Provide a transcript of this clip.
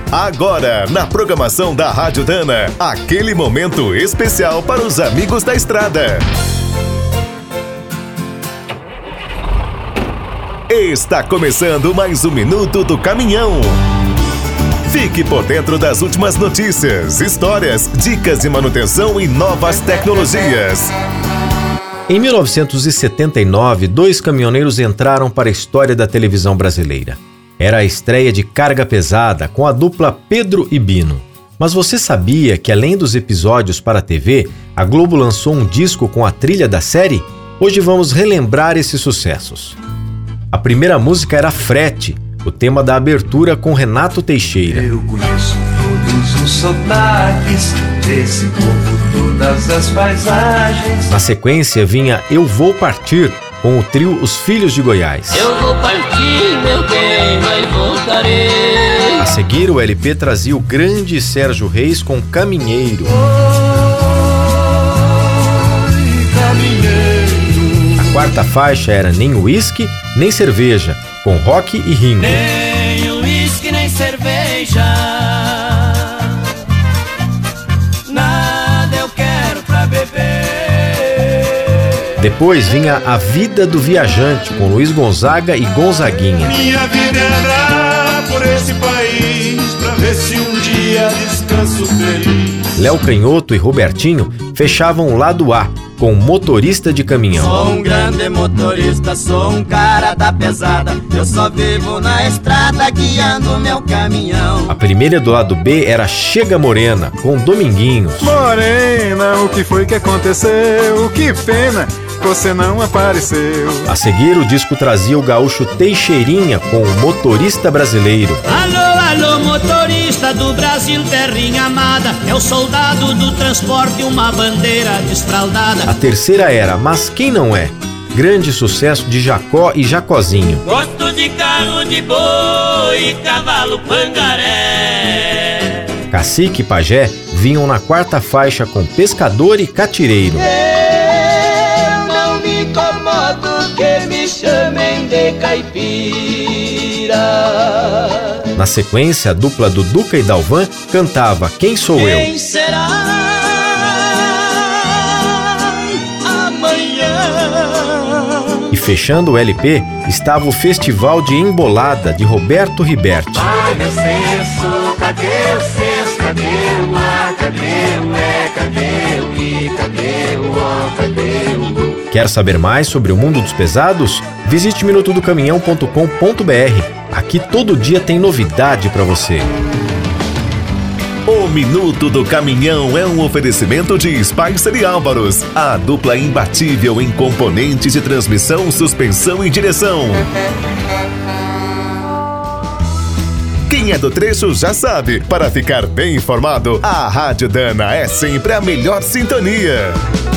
Agora, na programação da Rádio Dana, aquele momento especial para os amigos da estrada. Está começando mais um Minuto do Caminhão. Fique por dentro das últimas notícias, histórias, dicas de manutenção e novas tecnologias. Em 1979, 2 caminhoneiros entraram para a história da televisão brasileira. Era a estreia de Carga Pesada com a dupla Pedro e Bino. Mas você sabia que, além dos episódios para a TV, a Globo lançou um disco com a trilha da série? Hoje vamos relembrar esses sucessos. A primeira música era Frete, o tema da abertura com Renato Teixeira. Eu conheço todos os sotaques desse povo, todas as paisagens. Na sequência vinha Eu Vou Partir, com o trio Os Filhos de Goiás. Eu vou partir, meu bem, mas voltarei. A seguir, o LP trazia o grande Sérgio Reis com Caminheiro. A quarta faixa era Nem Uísque, Nem Cerveja, com Rock e Ringo. Nem uísque, nem cerveja, nada eu quero pra beber. Depois vinha A Vida do Viajante, com Luiz Gonzaga e Gonzaguinha. Minha vida é andar por esse país pra ver se um dia descanso feliz. Léo Canhoto e Robertinho fechavam o lado A, com Motorista de Caminhão. Sou um grande motorista, sou um cara da pesada. Eu só vivo na estrada guiando meu caminhão. A primeira do lado B era Chega Morena, com Dominguinhos. Morena, o que foi que aconteceu? Que pena, você não apareceu. A seguir, o disco trazia o gaúcho Teixeirinha com o Motorista Brasileiro. Alô, alô, motorista do Brasil, terrinha amada. É o soldado do transporte, uma bandeira desfraldada. A terceira era Mas Quem Não É? Grande sucesso de Jacó e Jacozinho. Gosto de carro de boi e cavalo pangaré. Cacique e Pajé vinham na quarta faixa com Pescador e Catireiro. Eu não me incomodo que me chamem de caipira. Na sequência, a dupla do Duca e Dalvan cantava Quem Sou Eu? Quem será amanhã? E fechando o LP estava o Festival de Embolada, de Roberto Riberti. Ai, meu senso, cadê o senso? Cadê o ar? Cadê o é? Cadê o i? Cadê o ó? Cadê o u? Quer saber mais sobre o mundo dos pesados? Visite minutodocaminhão.com.br. Aqui todo dia tem novidade para você. O Minuto do Caminhão é um oferecimento de Spicer e Álvaros, a dupla imbatível em componentes de transmissão, suspensão e direção. Quem é do trecho já sabe, para ficar bem informado, a Rádio Dana é sempre a melhor sintonia.